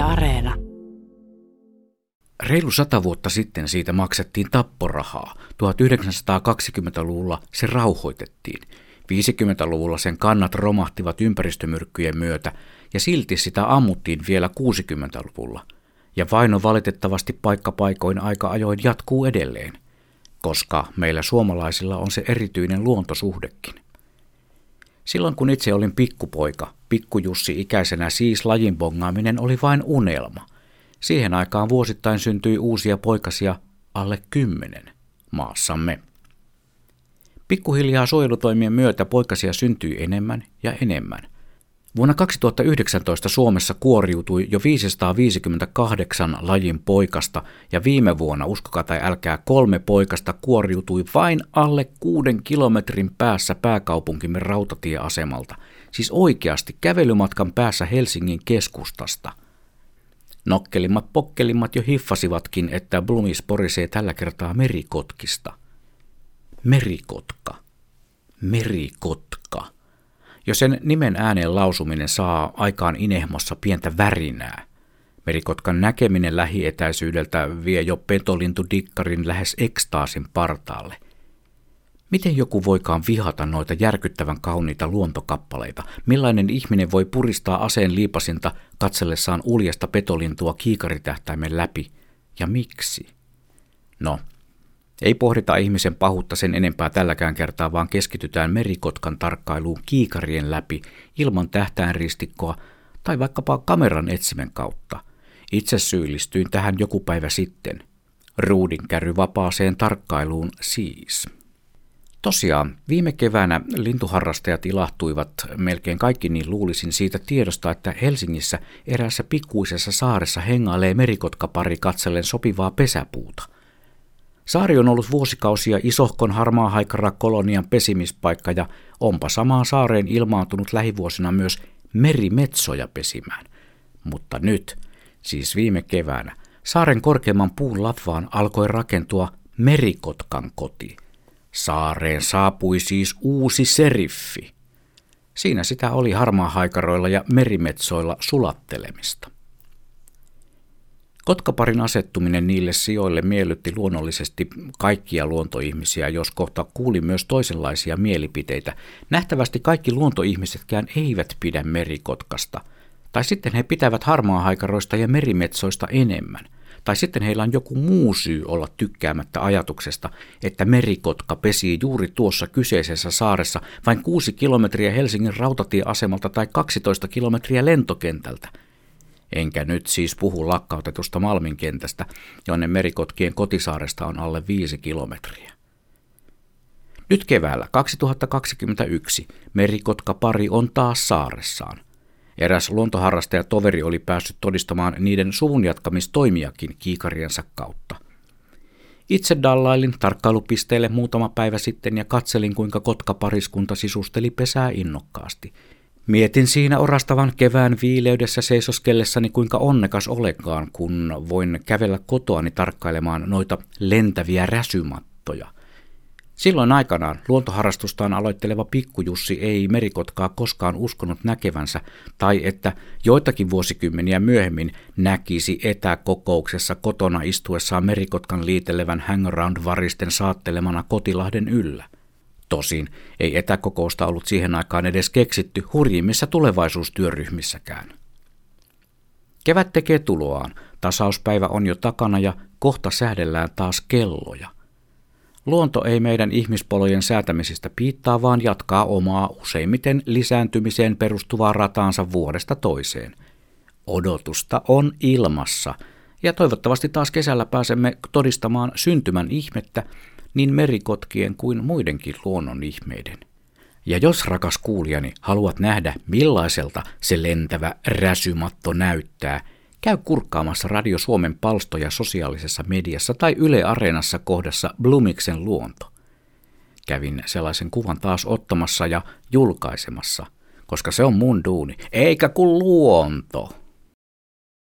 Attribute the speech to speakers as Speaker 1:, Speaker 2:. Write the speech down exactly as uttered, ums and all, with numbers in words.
Speaker 1: Areena.
Speaker 2: Reilu sata vuotta sitten siitä maksettiin tapporahaa. tuhatyhdeksänsataakaksikymmentäluvulla se rauhoitettiin. viisikymmentäluvulla sen kannat romahtivat ympäristömyrkkyjen myötä ja silti sitä ammuttiin vielä kuusikymmentäluvulla. Ja vaino valitettavasti paikkapaikoin aika ajoin jatkuu edelleen, koska meillä suomalaisilla on se erityinen luontosuhdekin. Silloin kun itse olin pikkupoika, pikkujussi ikäisenä siis lajin bongaaminen oli vain unelma. Siihen aikaan vuosittain syntyi uusia poikasia alle kymmenen maassamme. Pikkuhiljaa suojelutoimien myötä poikasia syntyi enemmän ja enemmän. Vuonna kaksituhattayhdeksäntoista Suomessa kuoriutui jo viisisataaviisikymmentäkahdeksan lajin poikasta ja viime vuonna, uskokaa tai älkää, kolme poikasta kuoriutui vain alle kuuden kilometrin päässä pääkaupunkimme rautatieasemalta. Siis oikeasti kävelymatkan päässä Helsingin keskustasta. Nokkelimmat pokkelimmat jo hiffasivatkin, että Blumis porisee tällä kertaa merikotkista. Merikotka. Merikotka. Jo sen nimen ääneen lausuminen saa aikaan inehmossa pientä värinää. Merikotkan näkeminen lähietäisyydeltä vie jo petolintudikkarin lähes ekstaasin partaalle. Miten joku voikaan vihata noita järkyttävän kauniita luontokappaleita? Millainen ihminen voi puristaa aseen liipasinta katsellessaan uljasta petolintua kiikaritähtäimen läpi? Ja miksi? No, ei pohdita ihmisen pahuutta sen enempää tälläkään kertaa, vaan keskitytään merikotkan tarkkailuun kiikarien läpi ilman tähtäinristikkoa tai vaikkapa kameran etsimen kautta. Itse syyllistyin tähän joku päivä sitten. Ruudinkäry vapaaseen tarkkailuun siis. Tosiaan, viime keväänä lintuharrastajat ilahtuivat melkein kaikki niin luulisin siitä tiedosta, että Helsingissä eräässä pikkuisessa saaressa hengailee merikotkapari katsellen sopivaa pesäpuuta. Saari on ollut vuosikausia isohkon harmaahaikarakolonian pesimispaikka ja onpa samaan saareen ilmaantunut lähivuosina myös merimetsoja pesimään. Mutta nyt, siis viime keväänä, saaren korkeimman puun latvaan alkoi rakentua merikotkan koti. Saareen saapui siis uusi seriffi. Siinä sitä oli harmaahaikaroilla ja merimetsoilla sulattelemista. Kotkaparin asettuminen niille sijoille miellytti luonnollisesti kaikkia luontoihmisiä, jos kohta kuuli myös toisenlaisia mielipiteitä. Nähtävästi kaikki luontoihmisetkään eivät pidä merikotkasta. Tai sitten he pitävät harmaahaikaroista ja merimetsoista enemmän. Tai sitten heillä on joku muu syy olla tykkäämättä ajatuksesta, että merikotka pesii juuri tuossa kyseisessä saaressa vain kuusi kilometriä Helsingin rautatieasemalta tai kaksitoista kilometriä lentokentältä. Enkä nyt siis puhu lakkautetusta Malmin kentästä, jonne merikotkien kotisaaresta on alle viisi kilometriä. Nyt keväällä kaksituhattakaksikymmentäyksi merikotkapari on taas saaressaan. Eräs luontoharrastajatoveri oli päässyt todistamaan niiden suvun jatkamistoimiakin kiikariensa kautta. Itse dallailin tarkkailupisteelle muutama päivä sitten ja katselin, kuinka kotkapariskunta sisusteli pesää innokkaasti. Mietin siinä orastavan kevään viileydessä seisoskellessani, kuinka onnekas olekaan, kun voin kävellä kotoani tarkkailemaan noita lentäviä räsymattoja. Silloin aikanaan luontoharrastustaan aloitteleva pikkujussi ei merikotkaa koskaan uskonut näkevänsä, tai että joitakin vuosikymmeniä myöhemmin näkisi etäkokouksessa kotona istuessaan merikotkan liitelevän hangaround-varisten saattelemana Kotilahden yllä. Tosin ei etäkokousta ollut siihen aikaan edes keksitty hurjimmissa tulevaisuustyöryhmissäkään. Kevät tekee tuloaan, tasauspäivä on jo takana ja kohta säädellään taas kelloja. Luonto ei meidän ihmispolojen säätämisistä piittaa, vaan jatkaa omaa useimmiten lisääntymiseen perustuvaa rataansa vuodesta toiseen. Odotusta on ilmassa, ja toivottavasti taas kesällä pääsemme todistamaan syntymän ihmettä niin merikotkien kuin muidenkin luonnon ihmeiden. Ja jos, rakas kuulijani, haluat nähdä millaiselta se lentävä räsymatto näyttää, käy kurkkaamassa Radio Suomen palstoja sosiaalisessa mediassa tai Yle Areenassa kohdassa Blumiksen luonto. Kävin sellaisen kuvan taas ottamassa ja julkaisemassa, koska se on mun duuni, eikä kun luonto.